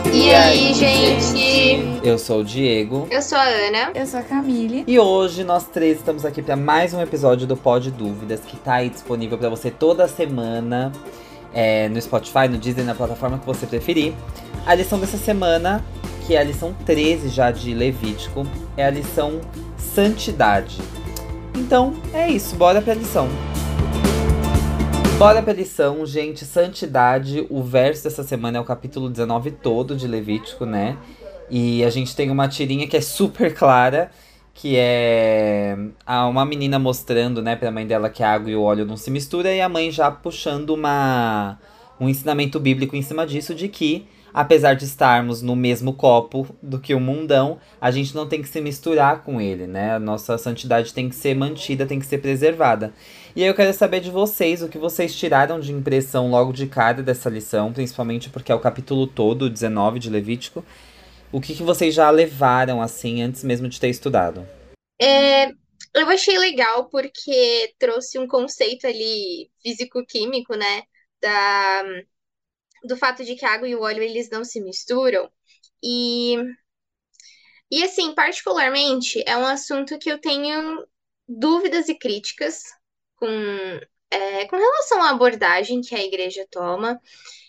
E aí, gente? Eu sou o Diego. Eu sou a Ana. Eu sou a Camille. E hoje nós três estamos aqui para mais um episódio do Pod Dúvidas, que tá aí disponível para você toda semana no Spotify, no Disney, na plataforma que você preferir. A lição dessa semana, que é a lição 13 já de Levítico, é a lição Santidade. Então, é isso, bora pra lição. Bora pra lição, gente. Santidade, o verso dessa semana é o capítulo 19 todo de Levítico, né? E a gente tem uma tirinha que é super clara, que é uma menina mostrando, né, pra mãe dela que a água e o óleo não se misturam, e a mãe já puxando um ensinamento bíblico em cima disso, de que, apesar de estarmos no mesmo copo do que o mundão, a gente não tem que se misturar com ele, né? A nossa santidade tem que ser mantida, tem que ser preservada. E aí eu quero saber de vocês, o que vocês tiraram de impressão logo de cara dessa lição, principalmente porque é o capítulo todo, 19 de Levítico. O que vocês já levaram, assim, antes mesmo de ter estudado? Eu achei legal porque trouxe um conceito ali físico-químico, né? Da, do fato de que a água e o óleo eles não se misturam. E, e assim, particularmente, é um assunto que eu tenho dúvidas e críticas com, com relação à abordagem que a igreja toma.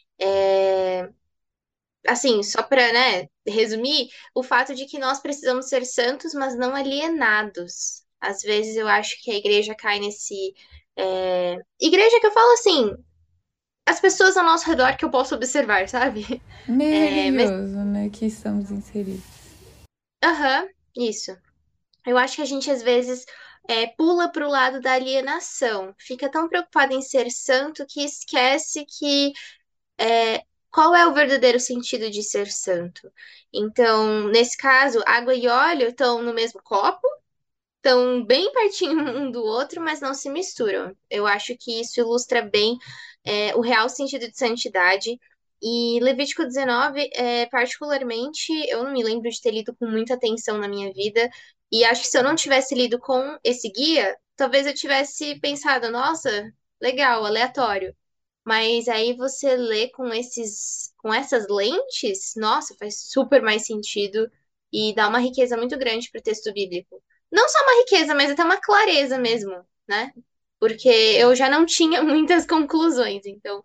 É, assim, só para, né, resumir, o fato de que nós precisamos ser santos, mas não alienados. Às vezes eu acho que a igreja cai nesse. Igreja que eu falo assim, as pessoas ao nosso redor que eu posso observar, sabe? Meio Mas, religioso, né? Que estamos inseridos. aham, isso. Eu acho que a gente às vezes pula pro lado da alienação. Fica tão preocupado em ser santo que esquece que qual é o verdadeiro sentido de ser santo? Então, nesse caso, água e óleo estão no mesmo copo, estão bem pertinho um do outro, mas não se misturam. Eu acho que isso ilustra bem o real sentido de santidade. E Levítico 19, particularmente, eu não me lembro de ter lido com muita atenção na minha vida. E acho que se eu não tivesse lido com esse guia, talvez eu tivesse pensado, nossa, legal, aleatório. Mas aí você lê com essas lentes, nossa, faz super mais sentido e dá uma riqueza muito grande para o texto bíblico. Não só uma riqueza, mas até uma clareza mesmo, né? Porque eu já não tinha muitas conclusões, então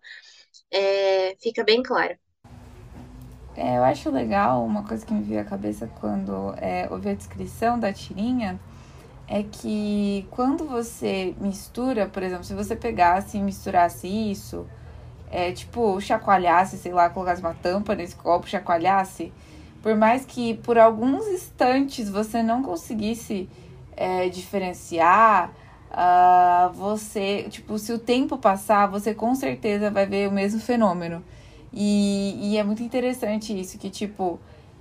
fica bem claro. Eu acho legal, uma coisa que me veio à cabeça quando ouvi a descrição da tirinha, é que quando você mistura, por exemplo, se você pegasse e misturasse isso, tipo, chacoalhasse, sei lá, colocasse uma tampa nesse copo, chacoalhasse, por mais que por alguns instantes você não conseguisse diferenciar, você, tipo, se o tempo passar, você com certeza vai ver o mesmo fenômeno. E é muito interessante isso, que, tipo,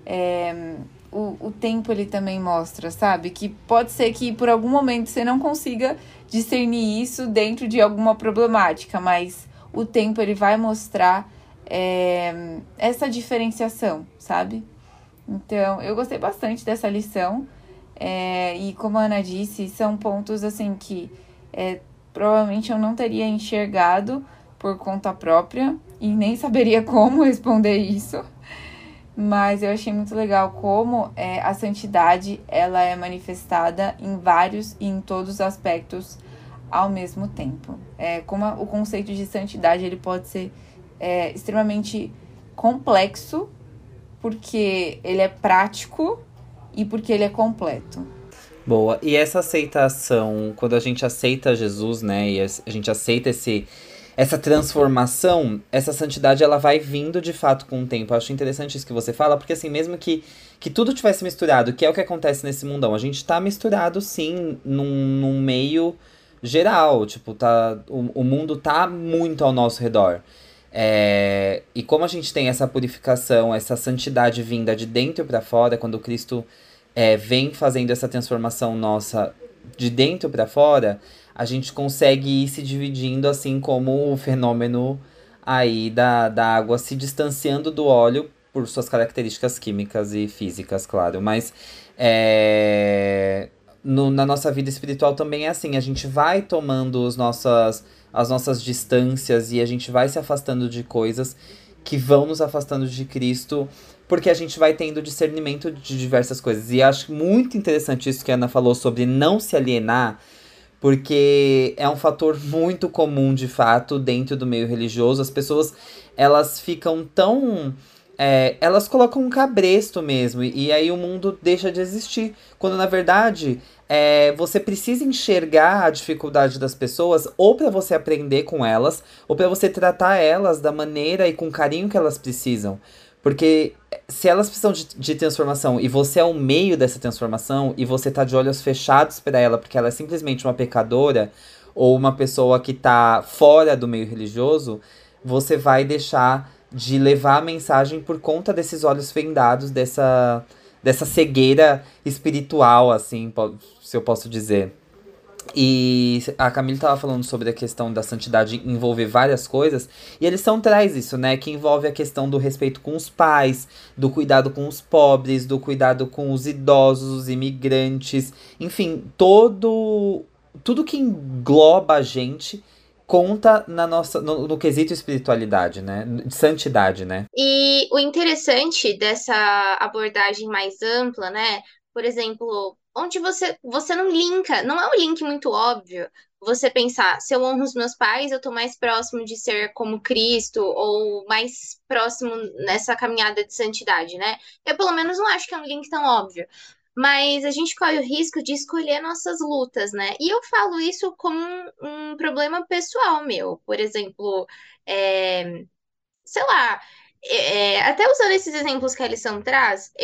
o tempo ele também mostra, sabe? Que pode ser que por algum momento você não consiga discernir isso dentro de alguma problemática, mas o tempo ele vai mostrar essa diferenciação, sabe? Então, eu gostei bastante dessa lição. E como a Ana disse, são pontos assim que provavelmente eu não teria enxergado por conta própria e nem saberia como responder isso. Mas eu achei muito legal como a santidade ela é manifestada em vários e em todos os aspectos ao mesmo tempo. Como o conceito de santidade ele pode ser extremamente complexo, porque ele é prático e porque ele é completo. Boa. E essa aceitação, quando a gente aceita Jesus, né, e a gente aceita essa transformação, essa santidade, ela vai vindo de fato com o tempo. Eu acho interessante isso que você fala, porque assim, mesmo que tudo tivesse misturado, que é o que acontece nesse mundão, a gente tá misturado, sim, num meio geral, tipo, o mundo tá muito ao nosso redor. E como a gente tem essa purificação, essa santidade vinda de dentro pra fora, quando Cristo vem fazendo essa transformação nossa de dentro pra fora, a gente consegue ir se dividindo, assim como o fenômeno aí da água se distanciando do óleo por suas características químicas e físicas, claro. Mas na nossa vida espiritual também é assim, a gente vai tomando as nossas distâncias e a gente vai se afastando de coisas que vão nos afastando de Cristo, porque a gente vai tendo discernimento de diversas coisas. E acho muito interessante isso que a Ana falou sobre não se alienar, porque é um fator muito comum, de fato, dentro do meio religioso. As pessoas, elas ficam tão... elas colocam um cabresto mesmo, e aí o mundo deixa de existir. Quando, na verdade, você precisa enxergar a dificuldade das pessoas, ou para você aprender com elas, ou para você tratar elas da maneira e com o carinho que elas precisam. Porque se elas precisam de transformação e você é o meio dessa transformação e você tá de olhos fechados para ela porque ela é simplesmente uma pecadora ou uma pessoa que tá fora do meio religioso, você vai deixar de levar a mensagem por conta desses olhos vendados, dessa cegueira espiritual, assim, se eu posso dizer. E a Camila estava falando sobre a questão da santidade envolver várias coisas, e a lição traz isso, né? Que envolve a questão do respeito com os pais, do cuidado com os pobres, do cuidado com os idosos, os imigrantes, enfim, tudo que engloba a gente conta no quesito espiritualidade, né? Santidade, né? E o interessante dessa abordagem mais ampla, né? Por exemplo, onde você não linka, não é um link muito óbvio. Você pensar, se eu honro os meus pais, eu tô mais próximo de ser como Cristo, ou mais próximo nessa caminhada de santidade, né? Eu, pelo menos, não acho que é um link tão óbvio. Mas a gente corre o risco de escolher nossas lutas, né? E eu falo isso como um problema pessoal meu. Por exemplo, sei lá, até usando esses exemplos que a lição traz,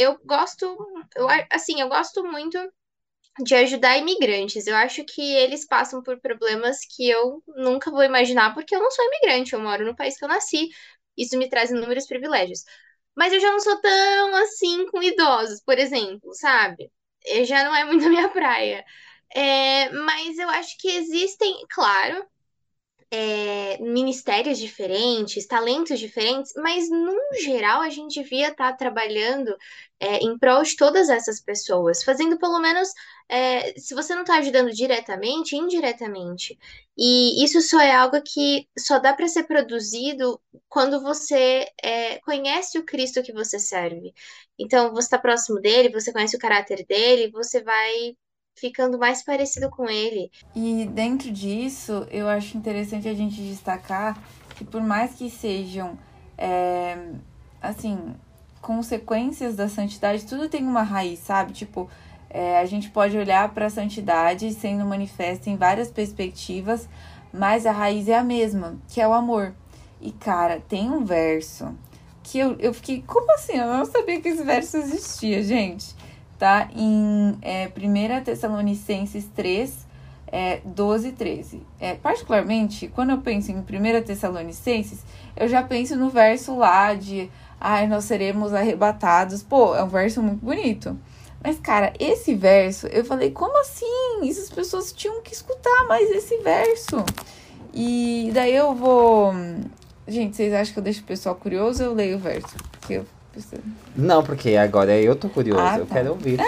eu gosto muito de ajudar imigrantes. Eu acho que eles passam por problemas que eu nunca vou imaginar, porque eu não sou imigrante, eu moro no país que eu nasci. Isso me traz inúmeros privilégios. Mas eu já não sou tão assim com idosos, por exemplo, sabe? Já não é muito a minha praia. Mas eu acho que existem, claro, ministérios diferentes, talentos diferentes, mas no geral a gente devia estar trabalhando em prol de todas essas pessoas, fazendo pelo menos, se você não está ajudando diretamente, indiretamente. E isso só é algo que só dá para ser produzido quando você conhece o Cristo que você serve. Então, você está próximo dele, você conhece o caráter dele, você vai ficando mais parecido com ele. E dentro disso, eu acho interessante a gente destacar que por mais que sejam, assim, consequências da santidade, tudo tem uma raiz, sabe? Tipo, a gente pode olhar para a santidade sendo manifesta em várias perspectivas, mas a raiz é a mesma, que é o amor. E, cara, tem um verso que eu fiquei, como assim? Eu não sabia que esse verso existia, gente. Tá? Em 1 Tessalonicenses 3, 12 e 13. Particularmente, quando eu penso em 1 Tessalonicenses, eu já penso no verso lá de nós seremos arrebatados. Pô, é um verso muito bonito. Mas, cara, esse verso, eu falei, como assim? Isso as pessoas tinham que escutar mais esse verso. E daí eu vou... Gente, vocês acham que eu deixo o pessoal curioso ou eu leio o verso? Porque eu... Não, porque agora eu tô curiosa, eu tá. quero ouvir.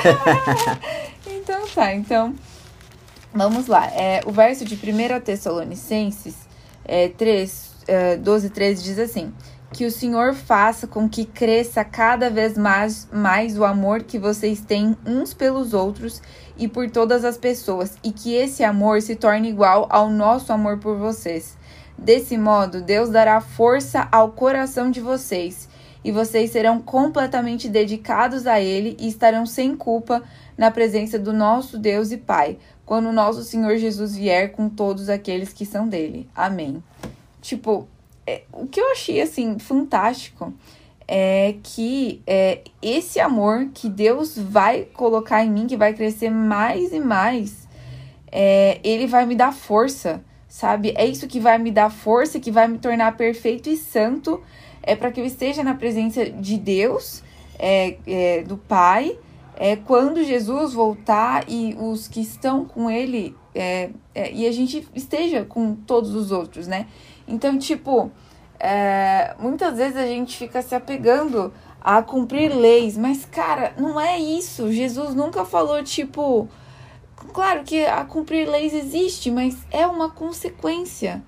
Então tá, então vamos lá. O verso de 1 Tessalonicenses 3, 12 e 13 diz assim: que o Senhor faça com que cresça cada vez mais o amor que vocês têm uns pelos outros e por todas as pessoas, e que esse amor se torne igual ao nosso amor por vocês. Desse modo, Deus dará força ao coração de vocês, e vocês serão completamente dedicados a Ele e estarão sem culpa na presença do nosso Deus e Pai, quando o nosso Senhor Jesus vier com todos aqueles que são dele. Amém. Tipo, o que eu achei, assim, fantástico é que esse amor que Deus vai colocar em mim, que vai crescer mais e mais, Ele vai me dar força, sabe? É isso que vai me dar força, que vai me tornar perfeito e santo, para que eu esteja na presença de Deus, do Pai, quando Jesus voltar e os que estão com Ele, e a gente esteja com todos os outros, né? Então, tipo, muitas vezes a gente fica se apegando a cumprir leis, mas, cara, não é isso. Jesus nunca falou, tipo... Claro que a cumprir leis existe, mas é uma consequência.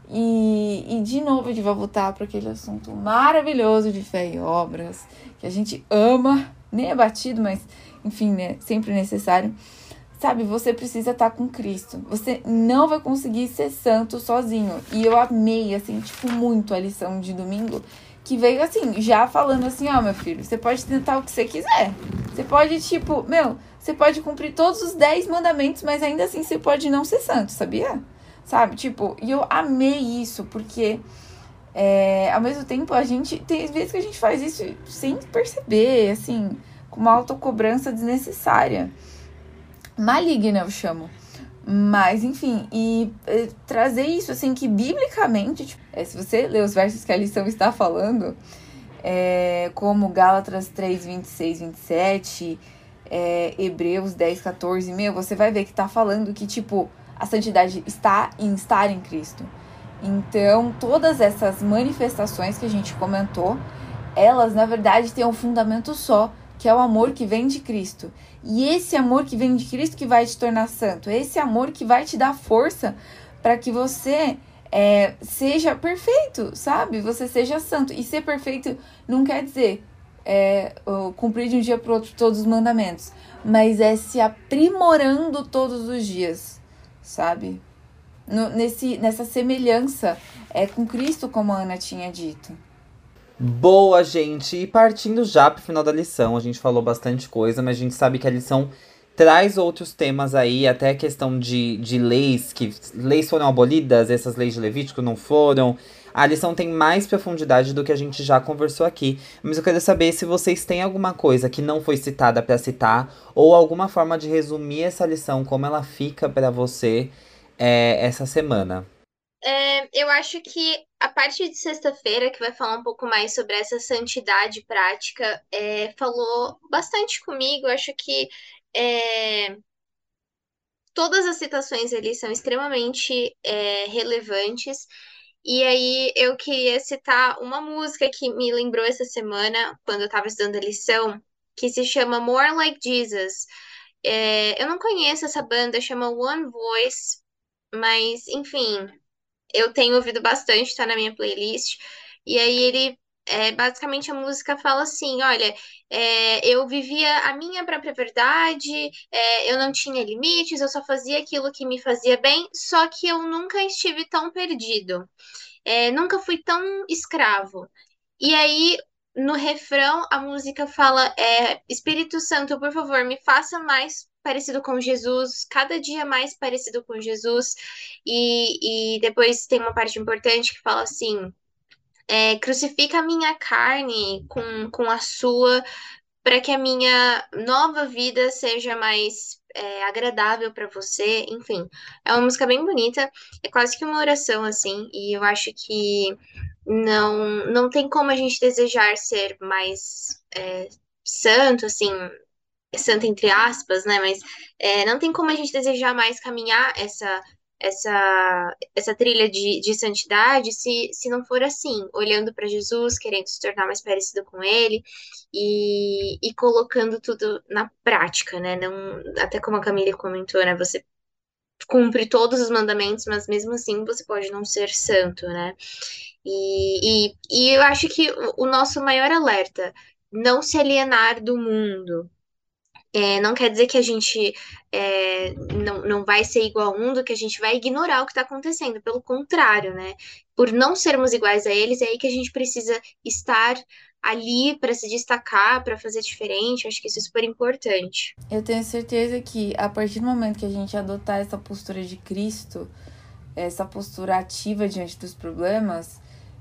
E de novo a gente vai voltar para aquele assunto maravilhoso de fé e obras, que a gente ama, nem é batido, mas enfim, né, sempre necessário. Sabe, você precisa estar com Cristo. Você não vai conseguir ser santo sozinho. E eu amei, assim, tipo, muito a lição de domingo, que veio assim, já falando assim, ó, meu filho, você pode tentar o que você quiser. Você pode, tipo, você pode cumprir todos os 10 mandamentos, mas ainda assim você pode não ser santo, sabia? Sabe, tipo, e eu amei isso, porque ao mesmo tempo a gente, tem vezes que a gente faz isso sem perceber, assim, com uma autocobrança desnecessária. Maligna, eu chamo. Mas, enfim, trazer isso, assim, que biblicamente, tipo, se você ler os versos que a lição está falando, como Gálatas 3, 26, 27, Hebreus 10, 14, você vai ver que tá falando que, tipo, a santidade está em estar em Cristo. Então, todas essas manifestações que a gente comentou, elas, na verdade, têm um fundamento só, que é o amor que vem de Cristo. E esse amor que vem de Cristo que vai te tornar santo. Esse amor que vai te dar força para que você seja perfeito, sabe? Você seja santo. E ser perfeito não quer dizer cumprir de um dia para o outro todos os mandamentos. Mas é se aprimorando todos os dias, sabe? Nessa semelhança com Cristo, como a Ana tinha dito. Boa, gente! E partindo já pro final da lição, a gente falou bastante coisa, mas a gente sabe que a lição traz outros temas aí, até a questão de leis, que leis foram abolidas, essas leis de Levítico não foram. A lição tem mais profundidade do que a gente já conversou aqui, mas eu quero saber se vocês têm alguma coisa que não foi citada para citar, ou alguma forma de resumir essa lição, como ela fica para você essa semana. Eu acho que a parte de sexta-feira, que vai falar um pouco mais sobre essa santidade prática, falou bastante comigo. Eu acho que todas as citações ali são extremamente relevantes. E aí eu queria citar uma música que me lembrou essa semana, quando eu estava estudando a lição, que se chama More Like Jesus. Eu não conheço essa banda, chama One Voice, mas enfim, eu tenho ouvido bastante, tá na minha playlist. E aí basicamente a música fala assim, olha, eu vivia a minha própria verdade, eu não tinha limites, eu só fazia aquilo que me fazia bem, só que eu nunca estive tão perdido, nunca fui tão escravo. E aí, no refrão, a música fala: Espírito Santo, por favor, me faça mais parecido com Jesus, cada dia mais parecido com Jesus. E depois tem uma parte importante que fala assim: crucifica a minha carne com a sua, para que a minha nova vida seja mais agradável para você. Enfim, é uma música bem bonita, é quase que uma oração, assim, e eu acho que não tem como a gente desejar ser mais santo, assim, santo entre aspas, né? Mas não tem como a gente desejar mais caminhar essa trilha de santidade se não for assim, olhando para Jesus, querendo se tornar mais parecido com ele e colocando tudo na prática, né? Não, até como a Camille comentou, né? Você cumpre todos os mandamentos, mas mesmo assim você pode não ser santo, né? E eu acho que o nosso maior alerta, não se alienar do mundo. Não quer dizer que a gente não vai ser igual ao mundo, que a gente vai ignorar o que está acontecendo. Pelo contrário, né? Por não sermos iguais a eles, é aí que a gente precisa estar ali para se destacar, para fazer diferente. Acho que isso é super importante. Eu tenho certeza que a partir do momento que a gente adotar essa postura de Cristo, essa postura ativa diante dos problemas,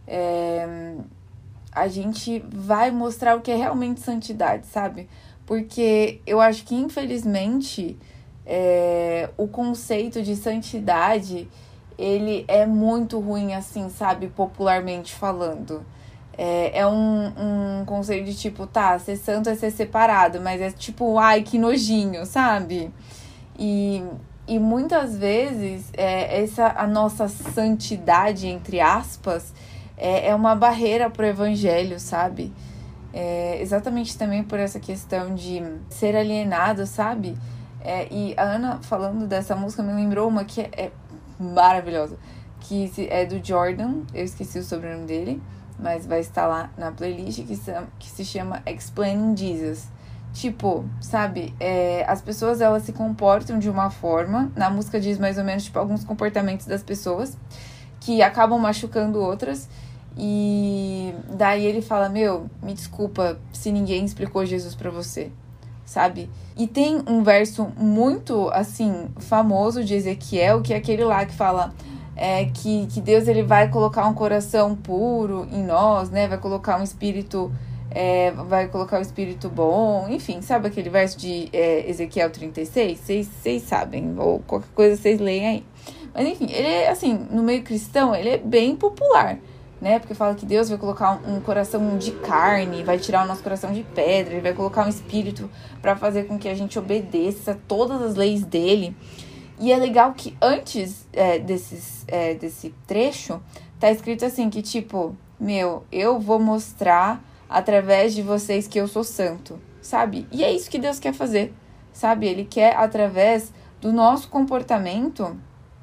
a gente vai mostrar o que é realmente santidade, sabe? Porque eu acho que, infelizmente, o conceito de santidade, ele é muito ruim, assim, sabe? Popularmente falando. É um conceito de tipo, tá, ser santo é ser separado, mas é tipo, ai, que nojinho, sabe? E muitas vezes, a nossa santidade, entre aspas, é uma barreira pro evangelho, sabe? Exatamente também por essa questão de ser alienado, sabe? E a Ana falando dessa música me lembrou uma que é maravilhosa, que é do Jordan, eu esqueci o sobrenome dele, mas vai estar lá na playlist, que se chama Explaining Jesus. Tipo, sabe, as pessoas, elas se comportam de uma forma, na música diz mais ou menos, tipo, alguns comportamentos das pessoas que acabam machucando outras, e daí ele fala, me desculpa se ninguém explicou Jesus pra você, sabe? E tem um verso muito, assim, famoso de Ezequiel, que é aquele lá que fala que Deus, ele vai colocar um coração puro em nós, né? Vai colocar um espírito bom, enfim, sabe aquele verso de Ezequiel 36? Vocês sabem, ou qualquer coisa vocês leem aí. Mas enfim, ele é, assim, no meio cristão, ele é bem popular, né? Porque fala que Deus vai colocar um coração de carne, vai tirar o nosso coração de pedra, ele vai colocar um espírito para fazer com que a gente obedeça todas as leis dele. E é legal que antes desse trecho, tá escrito assim, que tipo, eu vou mostrar através de vocês que eu sou santo, sabe? E é isso que Deus quer fazer, sabe? Ele quer, através do nosso comportamento,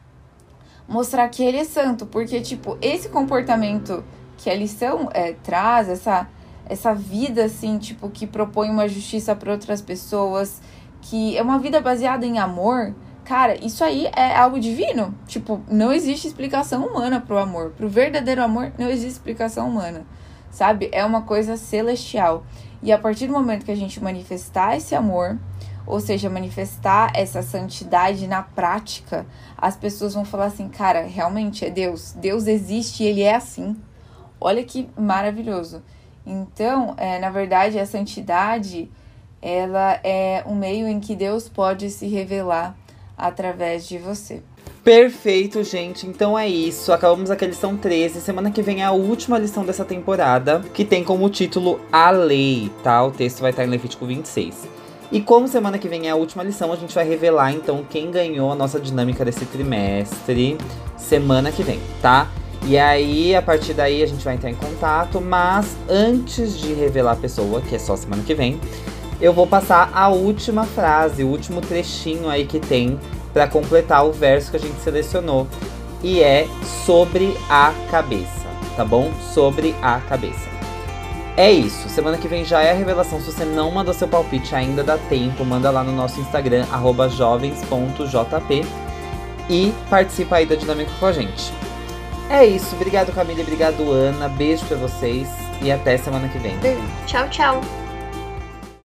mostrar que ele é santo, porque, tipo, esse comportamento que a lição traz, essa vida, assim, tipo, que propõe uma justiça para outras pessoas, que é uma vida baseada em amor, cara, isso aí é algo divino. Tipo, não existe explicação humana pro amor. Pro verdadeiro amor, não existe explicação humana, sabe? É uma coisa celestial. E a partir do momento que a gente manifestar esse amor, ou seja, manifestar essa santidade na prática, as pessoas vão falar assim, cara, realmente é Deus. Deus existe e ele é assim. Olha que maravilhoso. Então, na verdade, a santidade, ela é um meio em que Deus pode se revelar através de você. Perfeito, gente. Então é isso. Acabamos aqui a lição 13. Semana que vem é a última lição dessa temporada, que tem como título A Lei, tá? O texto vai estar em Levítico 26. E como semana que vem é a última lição, a gente vai revelar, então, quem ganhou a nossa dinâmica desse trimestre semana que vem, tá? E aí, a partir daí, a gente vai entrar em contato. Mas antes de revelar a pessoa, que é só semana que vem, eu vou passar a última frase, o último trechinho aí que tem para completar o verso que a gente selecionou. E é sobre a cabeça, tá bom? Sobre a cabeça. É isso, semana que vem já é a revelação. Se você não mandou seu palpite, ainda dá tempo. Manda lá no nosso Instagram, @jovens.jp, e participa aí da dinâmica com a gente. É isso, obrigado Camila, obrigado Ana, beijo pra vocês e até semana que vem. Tchau, tchau.